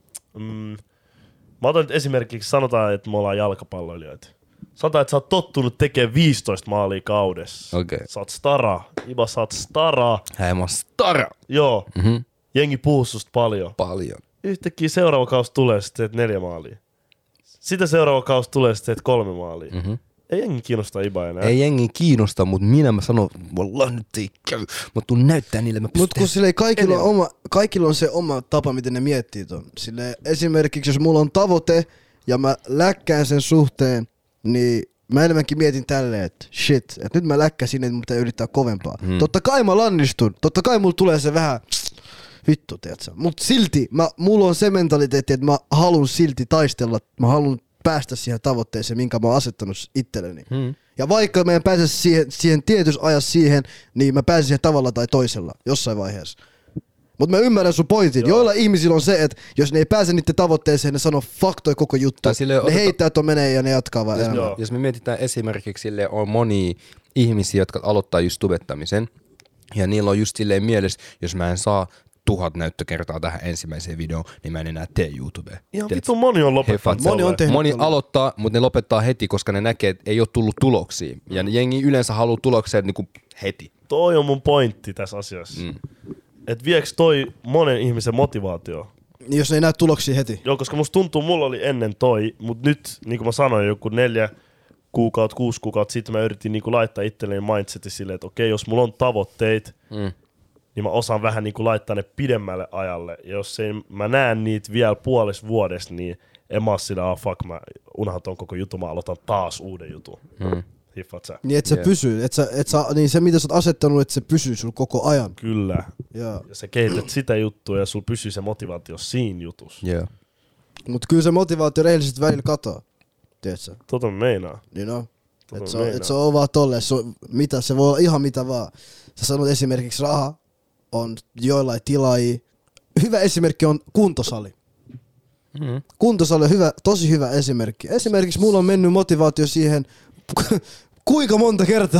Mä otan nyt esimerkiksi, sanotaan, että me ollaan jalkapalloilijoita. Sanotaan, että sä oot tottunut tekemään 15 maalia kaudessa. Okay. Sä oot stara. Iba, sä oot stara. Hei, mä oon stara. Joo. Jengi puhuu susta paljon. Yhtäkkiä seuraava kausi tulee, sit teet 4 maalia. Sitä seuraava kausi tulee, sit teet 3 maalia. Ei jengi kiinnosta Ibaa enää. Ei jengi kiinnosta, mutta mä sanon, wallah nyt ei käy. Mä tuun näyttää niille, mä Mut kun silleen kaikilla on se oma tapa, miten ne miettii ton. Silleen esimerkiksi jos mulla on tavoite ja mä läkkään sen suhteen, niin mä enemmänkin mietin tälleen, että shit, että nyt mä läkkäsin, että mun pitää yrittää kovempaa. Totta kai mä lannistun, totta kai mulla tulee se vähän vittu, tiiätsä. Mut silti, mulla on se mentaliteetti, että mä haluan silti taistella, mä haluan päästä siihen tavoitteeseen, minkä mä oon asettanut itselleni. Ja vaikka mä en pääse siihen tietyssä ajassa siihen, niin mä pääsen siihen tavalla tai toisella, jossain vaiheessa. Mutta mä ymmärrän sun pointin. Joilla ihmisillä on se, että jos ne ei pääse niiden tavoitteeseen, ne sanoo fuck toi koko juttu. Ne heittää, että on menee ja ne jatkaa vaan elämää. Jos me mietitään esimerkiksi, sille on monia ihmisiä, jotka aloittaa just tubettamisen. Ja niillä on just silleen mielessä, jos mä en saa 1000 näyttökertaa tähän ensimmäiseen videoon, niin mä en enää tee YouTubea. Ihan vittu moni on lopettanut. Moni aloittaa, mutta ne lopettaa heti, koska ne näkee, että ei ole tullut tuloksia. Ja jengi yleensä haluaa tuloksia niinku heti. Toi on mun pointti tässä asiassa. Et vieks toi monen ihmisen motivaatio? Jos ei näe tuloksia heti. Joo, koska musta tuntuu, mulla oli ennen toi, mut nyt, niin kuin mä sanoin, joku 4 kuukautta, 6 kuukautta sitten mä yritin niinku laittaa itselleen mindsetin silleen, että okei, jos mulla on tavoitteet, niin mä osaan vähän niinku laittaa ne pidemmälle ajalle. Ja jos ei mä näen niitä vielä puolessa vuodessa, niin en mä oo sillä, fuck, mä unohan ton koko jutun, mä aloitan taas uuden jutun. Hiffaat sä? Niin et sä pysyy, niin se mitä sä oot asettanut, että se pysyy sulla koko ajan. Kyllä. Ja sä kehität sitä juttua ja sulla pysyy se motivaatio siinä jutussa. Yeah. Mut kyllä se motivaatio rehellisesti välillä katoaa. Tiedätkö? Tota meinaa. Niin on. Et se on vaan tolleen, se voi olla ihan mitä vaan. Sä sanot esimerkiksi raha on joillain tilaajia. Hyvä esimerkki on kuntosali. Kuntosali on tosi hyvä esimerkki. Esimerkiksi mulla on mennyt motivaatio siihen, kuinka monta kertaa,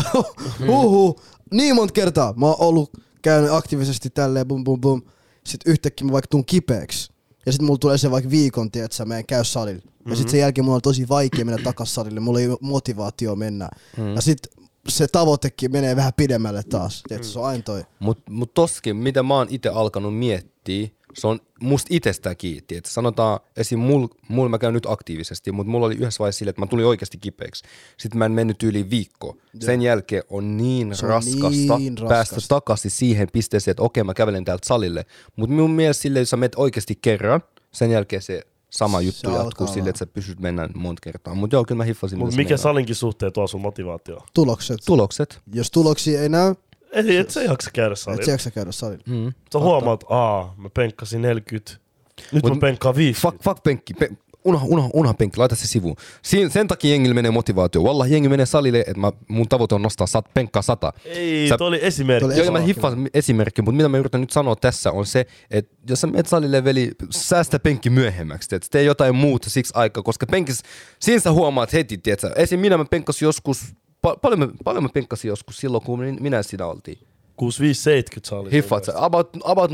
niin monta kertaa. Mä oon ollut käynyt aktiivisesti tälleen, bum bum bum. Sitten yhtäkkiä mä vaikka tuun kipeäksi. Ja sit mulla tulee se vaikka viikon, että mä en käy salilla. Ja sit sen jälkeen mulla on tosi vaikea mennä takas salille. Mulla ei ole motivaatio mennä. Ja sit se tavoitekin menee vähän pidemmälle taas. Tiedätkö, se on aina toi. Mut toskin, mitä mä oon ite alkanut miettiä, se on musta itsestä kiinni. Että sanotaan, esim. Mulla mä käyn nyt aktiivisesti, mutta mulla oli yhdessä vaiheessa silleen, että mä tulin oikeasti kipeäksi. Sitten mä en mennyt yli viikkoa. Sen jälkeen on niin raskasta päästä takaisin siihen pisteeseen, että okei, mä kävelen täältä salille. Mutta mun mielestä silleen, jos sä menet oikeasti kerran, sen jälkeen se sama juttu jatkuu silleen, että sä pysyt mennä monta kertaa. Mutta joo, kyllä mä hiffasin. Mutta mikä salinkin suhteen tuo sun motivaatio? Tulokset. Jos tuloksia ei näy, et sä jaksa käydä salilla. Et sä jaksa käydä salilla. Sä huomaat, mä penkkasin 40, nyt mä penkkaan 50. Fuck penkki. Unoha penkki, laita se sivuun. Sen takia jengillä menee motivaatio. Wallah, jengi menee salille, että mun tavoite on nostaa penkkaa 100. Ei, toi oli esimerkki. Joo, mä hiffaan esimerkki, mutta mitä mä yritän nyt sanoa tässä on se, että jos sä menet salille, veli, säästä penkki myöhemmäksi, tee jotain muuta siksi aikaa, koska penkissä, siinä sä huomaat heti, tietsä. Esim. Minä penkkasin joskus, paljon mä penkkasin joskus silloin, kun minä siinä oltiin. 65-70 sali. Hiffaat sä, about noit.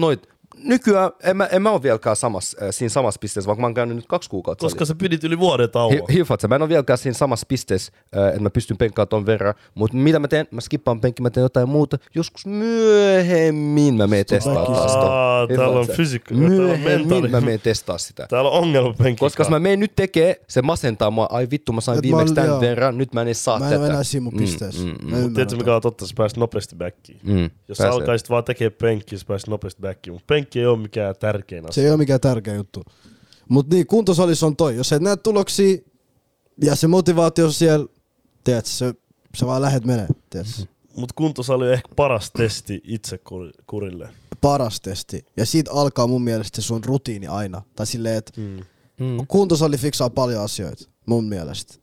nykyään en mä ole vieläkään siinä samassa pisteessä, vaikka mä oon käynyt nyt 2 kuukautta. Koska sä pidit yli vuoden tauon. Hifat, mä en ole vieläkään siinä samassa pisteessä, että mä pystyn penkkaamaan ton verran. Mutta mitä mä teen? Mä skippaan penkki, mä teen jotain muuta. Joskus myöhemmin mä menen testaa taas. Täällä on fysiikka, täällä on mentaali. Mä menen testaa sitä. Täällä on ongelmapenkki. Koska jos mä menen nyt tekee, se masentaa mua. Ai vittu, mä sain viimeksi tämän verran, nyt mä en edes saa tätä. Mä en enää siinä mun pisteessä. Tiedätkö mikä on totta, sä pääsit nopeasti backiin. Jos sä alkaisit vaan tekee penkkiä, sä pääsit nopeasti backiin. Mutta penkki ei ole mikään tärkein asia. Se ei ole mikään tärkeä juttu. Mut niin, kuntosalissa on toi. Jos et näe tuloksia ja se motivaatio siellä, tiedätkö, sä vaan lähet menee, tiedätkö. Mut kuntosali on ehkä paras testi itsekurille. Paras testi. Ja siitä alkaa mun mielestä se sun rutiini aina. Tai silleen, että kuntosali fiksaa paljon asioita, mun mielestä.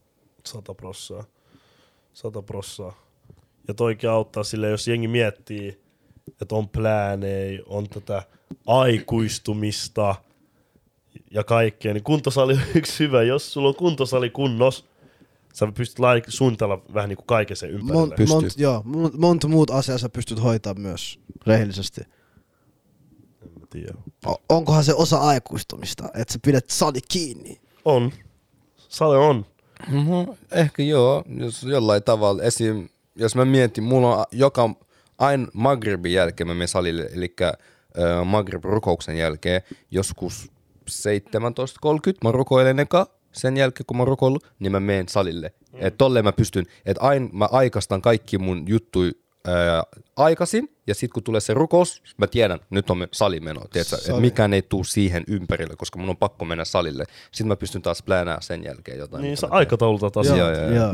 100%. Ja toikin auttaa silleen, jos jengi miettii, että on pläänejä, on tätä aikuistumista ja kaikkea, niin kuntosali on yksi hyvä. Jos sulla on kuntosali kunnos, sä pystyt suunnitella vähän niin kuin kaiken sen ympärille. Monta muut asiaa sä pystyt hoitamaan myös rehellisesti. En mä tiedä. Onkohan se osa aikuistumista, että sä pidät sali kiinni? On. Sali on. Ehkä joo, jos jollain tavalla. Esim. Jos mä mietin, mulla on aina Maghribin jälkeen mä menen salille, eli Maghrib-rukouksen jälkeen joskus 17.30 mä rukoilen eka. Sen jälkeen kun mä oon rukoillut, niin mä menen salille. Et tolleen mä pystyn, että aina mä aikastan kaikki mun juttui aikaisin, ja sit kun tulee se rukous, mä tiedän, nyt on salimeno, että mikään ei tuu siihen ympärille, koska mun on pakko mennä salille. Sitten mä pystyn taas pläänää sen jälkeen jotain. Niin, sä aikataulutat asiaa. Joo.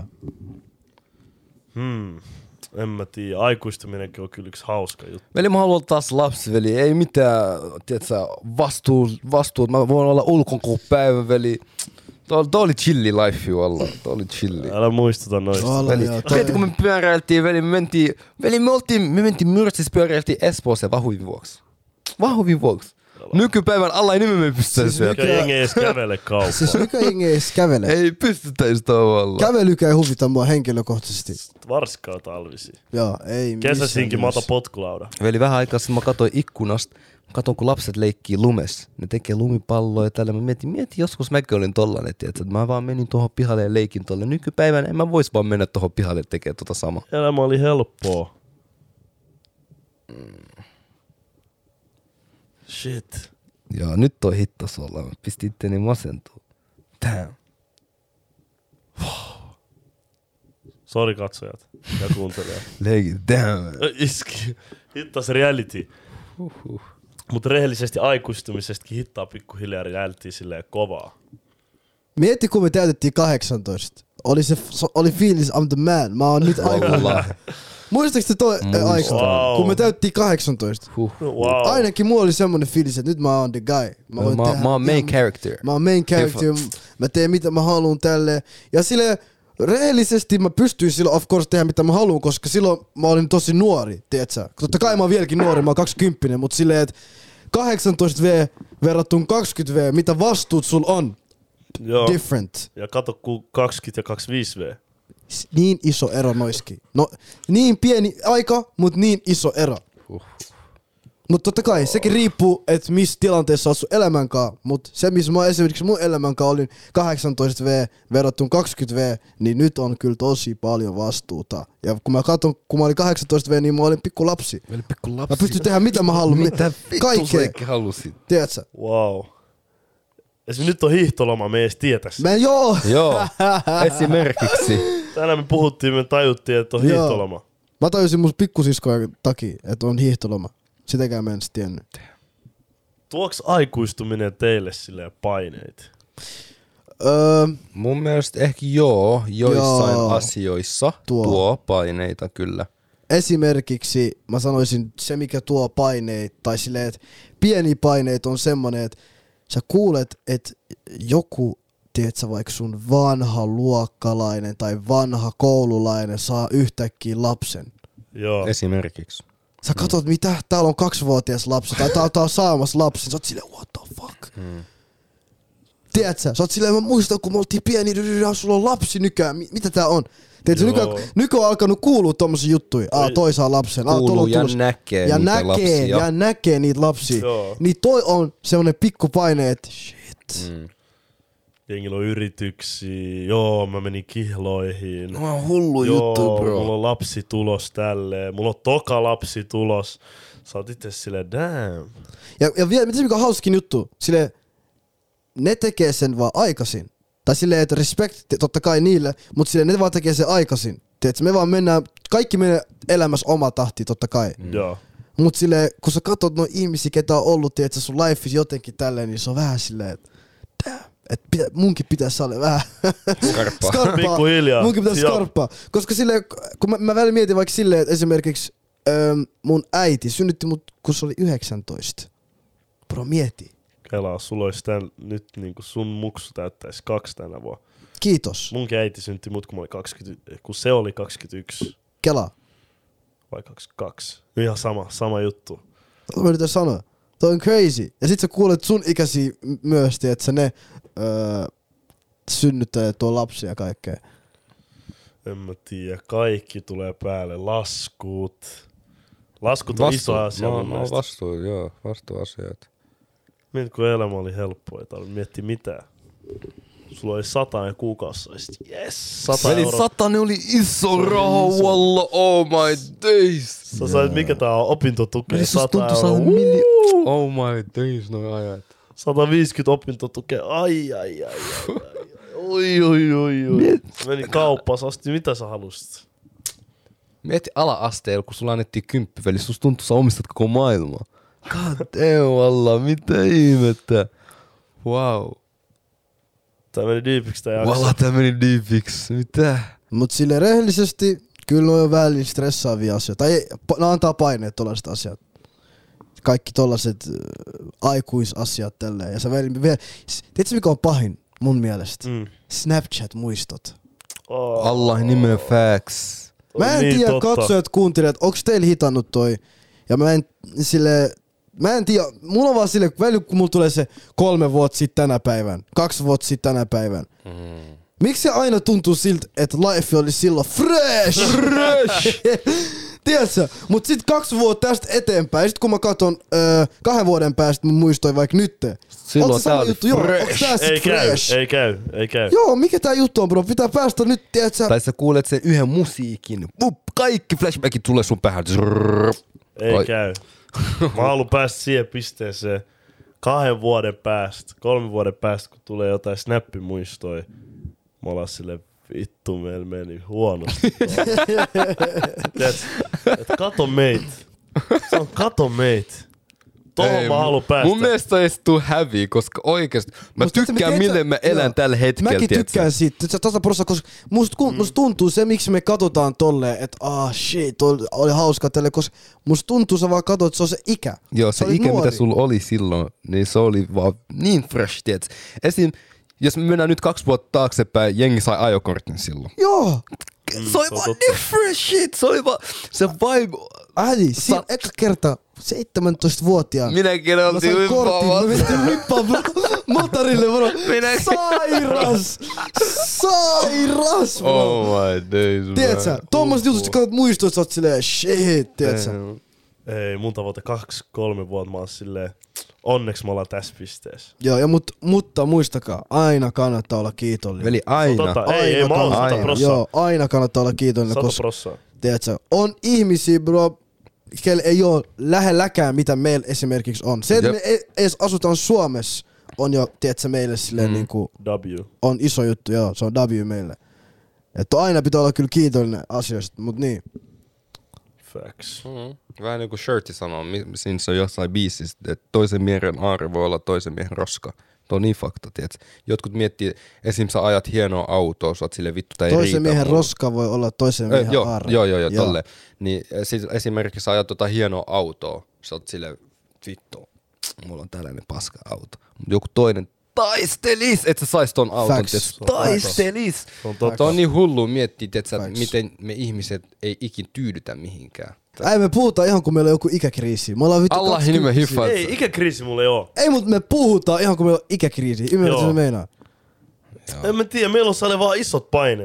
En mä tiedä, aikuistuminenkin on kyllä yksi hauska juttu. Veli, mä haluan taas lapsi, veli, ei mitään, tiedätkö, vastuut, mä voin olla ulkon koko päivän, veli. Tuo oli chilli life, valla. Tuo oli chilli. Älä muistuta noista. Mieti, kun me pyöräiltiin, veli, me mentiin Myrtsissä, pyöräiltiin Espoossa vahuvin vuoksi. Nykypäivän alla ei nimen pystytä syödä. Nykyään jengi ei edes kävele kauppaan. Siis nykyään jengi ei edes kävele. Ei pystytäisi tavallaan. Kävelykään ei huvita mua henkilökohtaisesti. Varsinkaan talvisia. Joo, ei. Kesäsinkin mä otan potkulauda. Veli, vähän aikaa sitten mä katsoin ikkunasta. Katon, kun lapset leikkii lumessa. Ne tekee lumipalloa ja tällä. Mä mietin joskus mäkin olin tollanen, että mä vaan menin tuohon pihalle ja leikin tolle. Nykypäivänä en mä vois vaan mennä tuohon pihalle tekemään tota samaa. Elämä oli helppoa. Shit. Joo, nyt toi hittos olla. Mä pistin itteni masentua. Damn. Sori katsojat ja kuuntelijat. Leikit, damn. Iski. Hittas reality. Mutta rehellisesti aikuistumisestakin hittaa pikkuhiljaa reality silleen kovaa. Mieti, kun me täytettiin 18. Oli fiilis, I'm the man. Mä oon nyt aikuinen. Muistatko te toi aika, kun me täyttiin 18? Wow. Ainakin mulla oli semmonen fiilis, että nyt mä oon the guy. Mä oon main character. Mä oon main character. Mä teen mitä mä haluun tälleen. Ja silleen, rehellisesti mä pystyin silloin of course tehdä mitä mä haluun, koska silloin mä olin tosi nuori, tietsä. Totta kai mä oon vieläkin nuori, mä oon 20, mutta silleen, että 18V verrattuna 20V, mitä vastuut sul on? Joo. Different. Ja kato, kun 20 ja 25V. Niin iso ero noiskin. No, niin pieni aika, mutta niin iso ero. Mutta totta kai, sekin riippuu, että missä tilanteessa olet sun elämänkaan. Mutta se, missä mä esimerkiksi mun elämänkaan olin 18V verrattuna 20V, niin nyt on kyllä tosi paljon vastuuta. Ja kun mä katson, kun mä olin 18V, niin mä olin pikku lapsi. Mä pystyn tehdä mitä mä haluan. Mitä vittu säkin halusit? Tiedätkö? Wow. Esimerkiksi nyt on hiihtoloma, me ei edes tietäisi. Joo, esimerkiksi. Tänään me puhuttiin, me tajuttiin, että on hiihtoloma. Mä tajusin mun pikkusiskojen takia, että on hiihtoloma. Sitäkään mä en tiennyt. Tuoks aikuistuminen teille silleen paineita? Mun mielestä ehkä joissain asioissa tuo paineita kyllä. Esimerkiksi mä sanoisin se mikä tuo paineita, tai silleen, että pieni paineet on semmonen, että sä kuulet, että joku, tiedätkö, vaikka sun vanha luokkalainen tai vanha koululainen saa yhtäkkiä lapsen. Joo. Esimerkiksi. Sä katsot, mitä? Täällä on 2-vuotias lapsi, tai tää on saamassa lapsen. Sä oot silleen, what the fuck? Tiedätkö? Sä oot silleen, mä muistan, kun me oltiin pieni, sulla on lapsi nykään. Mitä tää on? Tiedätkö, nyky on alkanut kuulua tommosia juttuja. Toi saa lapsen. Kuuluu ja näkee niitä lapsia. Ja näkee niitä lapsia. Joo. Niin toi on semmonen pikku paine, että shit. Jengillä on yrityksiä, joo, mä menin kihloihin. No on hullu juttu, bro. Mulla on lapsi tulos tälleen, mulla on toka lapsi tulos. Sä oot itse silleen, damn. Ja vielä, mitä mikä on hauskin juttu, silleen, ne tekee sen vaan aikaisin. Tai silleen, että respect totta kai niille, mutta silleen ne vaan tekee sen aikaisin. Tiedätkö, me vaan mennään, kaikki menee elämässä oma tahti totta kai. Joo. Mut silleen, kun sä katsot noin ihmisiä, ketä on ollut, tiedätkö, sun life jotenkin tälleen, niin se on vähän silleen, että munkin pitäisi olla vähän skarppaa. Pikkuhiljaa. Munkin pitäisi skarppaa. Koska silleen, kun mä välillä mietin vaikka silleen, että esimerkiksi mun äiti synnytti mut, kun se oli 19. Bro, mieti. Kelaa, sulla olisi nyt niinku sun muksu täyttäisi 2 tänä vuonna. Kiitos. Munkin äiti synnytti mut, kun se oli 21. Kela. Vai 22. Ihan sama juttu. Mä yritän sanoa. Toi on crazy. Ja sit sä kuulet sun ikäisiä myös, että ne synnyttelee tuon lapsia ja kaikkea. En mä tiedä. Kaikki tulee päälle. Laskut on iso asia mun mielestä. Vastuuasiat. Mietit, kun elämä oli helppoa, ei tarvitse miettiä mitään. Sulla oli 100 ja kuukausissa, ja sit yes, 100 Eli euroa. 100 oli iso raha, walla, oh my days. Sä sait, mikä tää on, opintotukea, Eli 100 tuntui saada euroa. oh my days, no ajat. 150 opintotukea, ai. Oi. Meni kauppaan, sä ostit mitä sä halusit. Mieti ala-asteella, kun sulla annettiin 10, eli susta tuntuu, sä omistat koko maailmaa. God damn, valla, mitä ihmettä. Wow. Tää meni diipiksi tää jakso. Valla, tää meni deepiksi. Mitä? Mut sille rehellisesti, kyllä on välillä stressaavia asioita. Tai ne antaa paineet tollaset asiat. Kaikki tollaset aikuisasiat tälleen. Ja sä vielä, tiedätkö mikä on pahin mun mielestä? Snapchat-muistot. Oh. Allah nimen facts. Mä en niin tiedä, totta. katsojat, kuuntelijat, onks teillä hitannut toi? Ja mä en tiedä, mulla on vaan silleen, välillä kun mulla tulee se 3 vuotta sit tänä päivän, 2 vuotta sit tänä päivän. Miksi se aina tuntuu siltä, että life oli silloin fresh? Tiedätkö? Mut sit 2 vuotta tästä eteenpäin, sit kun mä katon 2 vuoden päästä, mä muistoin vaikka nytte. Silloin tää oli fresh. Ei käy. Joo, mikä tää juttu on, bro? Pitää päästä nyt, tiedätkö? Tai sä kuulet sen yhden musiikin. Kaikki flashbackit tulee sun päähän. Ei käy. Mä haluan päästä siihen pisteeseen 2 vuoden päästä, 3 vuoden päästä, kun tulee jotain snappimuistoja. Mä ollaan silleen, vittu, meillä meni huonosti. Tiedätkö, et kato meitä. Se on kato meitä. Tohon mä haluan päästä. Mun mielestä ei tuu häviä, koska oikeesti mä tykkään miten mä elän tällä hetkellä. Mäkin tykkään siitä, koska musta tuntuu se, miksi me katsotaan tolleen, että shit, oli hauska tälle, koska musta tuntuu se vaan katsoa, että se on se ikä. Joo, se ikä nuori. Mitä sulla oli silloin, niin se oli vaan niin fresh, tiedätkö. Esim, jos me mennään nyt 2 vuotta taaksepäin, jengi sai ajokortin silloin. Joo. Se oli vaan niin fresh shit, se oli vaan se vibe. Siinä eka kerta 17-vuotiaan. Minäkin oltiin kortin, mä menin vippaan motorille, bro. Sairas, bro. Oh my days, bro. Tiedätkö, tommoset jutut, kun muistuit, sä oot silleen shit, tiedätkö. Ei, mun tavoite 2-3 vuotta mä oon silleen, onneksi me ollaan tässä pisteessä. Joo, ja mutta muistakaa, aina kannattaa olla kiitollinen. Eli aina. Ei, mä oon 100%. Joo, aina kannattaa olla kiitollinen, 100%. Tiedätkö, on ihmisiä, bro, kelle ei oo lähelläkään, mitä meillä esimerkiksi on. Se, että me edes asutaan Suomessa, on jo, tiedätkö, meille silleen niinku... W. On iso juttu, joo, se on W meille. Että aina pitää olla kyllä kiitollinen asioista, mut niin. Facts. Vähän niin kuin Shirty sanoo, siinä se on jossain biisissä, että toisen miehen aari voi olla toisen miehen roska. Tuo on niin fakta, tiedätkö? Jotkut miettii, esim. Sä ajat hienoa autoa, sä oot silleen vittu, tää ei toisen riitä. miehen roska voi olla toisen miehen aari. Joo, tolle. Niin esimerkiksi sä ajat hienoa autoa, sä oot silleen, vittu, mulla on tällainen paska auto. Joku toinen taistelis, että sä sais ton auton. Taistelis! Tuo on niin hullu miettiä, että miten me ihmiset ei ikin tyydytä mihinkään. Ei, me puhutaan ihan kuin meillä on joku ikäkriisi. Me ollaan vittu Allah nimen hiffaa. Ei, ikäkriisi mulla ei oo. Ei, mutta me puhutaan ihan kuin meillä on ikäkriisi. Ymmärrätkö, mitä se meinaa? En mä tiedä, meillä on saanut vaan isot paineet.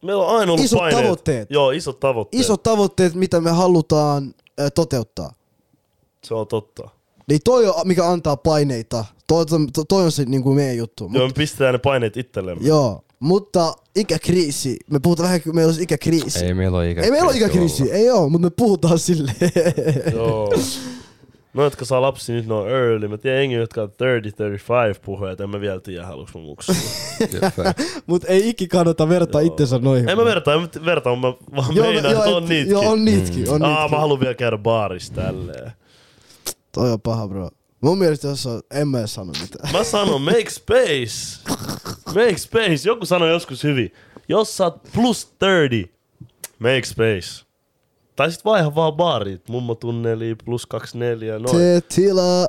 Meillä on aina ollut isot paineet. tavoitteet. Joo, isot tavoitteet. Isot tavoitteet, mitä me halutaan toteuttaa. Se on totta. Niin toi on, mikä antaa paineita. Toi on se niin kuin meidän juttu. Joo, me pistetään ne paineet itsellemme. Joo, mutta ikäkriisi. Me puhutaan vähän, kun meillä olisi ikäkriisi. Ei meillä ole ikäkriisi. Ei meillä ole ikäkriisi, ei oo, mutta me puhutaan silleen. Joo. No, jotka saa lapsi nyt, ne on early. Mä tiedän jengi, jotka on 30-35 puheet. En mä vielä tiedä, haluuks mä muksua. Mut ei ikki kannata vertaa itsensä noihin. En mä vertaa, mä vaan meinaan, että on niitkin. Joo, on niitkin. Mä haluan vielä käydä baarissa tälleen. Toi on paha, bro. Mun mielestä jos on, en mä edes sano mitään. Mä sanon make space. Make space. Joku sanoi joskus hyvin. Jos sä oot plus 30, make space. Tai sit vaiha vaan baarit. Mummotunneli plus 24, noin. Tee tilaa.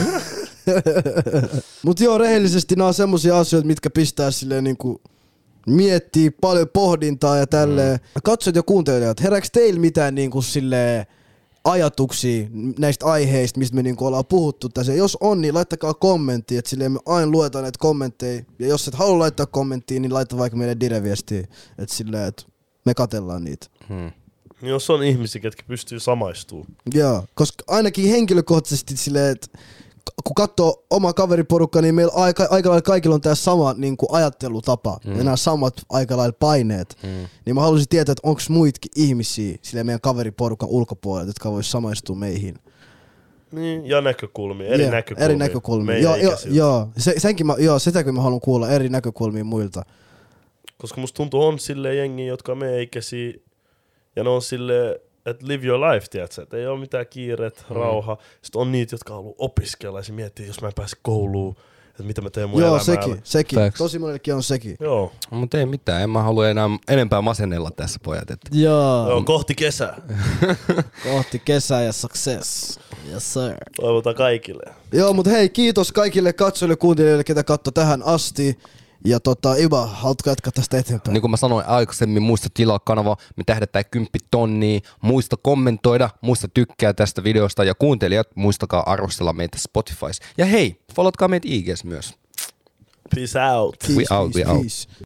Mut joo, rehellisesti nää on semmosia asioita, mitkä pistää silleen niinku miettii paljon pohdintaa ja tälleen. Katsojat ja kuuntelijat, herääks teillä mitään niinku silleen ajatuksia näistä aiheista, mistä me niinku ollaan puhuttu tässä. Jos on, niin laittakaa kommentti, että silleen me aina luetaan näitä kommentteja. Ja jos et halua laittaa kommenttia, niin laita vaikka meille direviestiä, että silleen, että me katellaan niitä. Jos on ihmisiä, ketkä pystyy samaistumaan. Joo, koska ainakin henkilökohtaisesti silleen, että kun katsoo oma kaveriporukka, niin meillä aika lailla kaikilla on tää sama niin kuin ajattelutapa ja nämä samat aika lailla paineet. Niin mä haluaisin tietää, että onko muitakin ihmisiä silleen meidän kaveriporukan ulkopuolella, jotka vois samaistua meihin. Niin, ja näkökulmia, eri näkökulmia. Joo, sitäkin mä haluan kuulla, eri näkökulmia muilta. Koska musta tuntuu on silleen jengi, jotka on meidän ikäisiä, ja ne on silleen, että live your life, tiedätkö? Että ei ole mitään kiiret, rauha. Sitten on niitä, jotka haluaa opiskella ja miettii, jos mä en pääse kouluun, että mitä mä teen mun elämällä. Joo, sekin. Tosi monellekin on sekin. Joo. Mutta ei mitään, en mä halua enää enempää masennella tässä, pojat. Että. Joo, kohti kesää. Kohti kesää ja success. Yes sir. Toivotaan kaikille. Joo, mutta hei, kiitos kaikille katsojille ja kuuntelijoille, ketä katsoi tähän asti. Ja Iba, haluatko jatkaa tästä eteenpäin? Niin kuin mä sanoin aikaisemmin, muista tilaa kanava, me tähdätään 10 tonnia, muista kommentoida, muista tykkää tästä videosta ja kuuntelijat, muistakaa arvostella meitä Spotifys. Ja hei, followtkaa meitä IGs myös. Peace out. We out.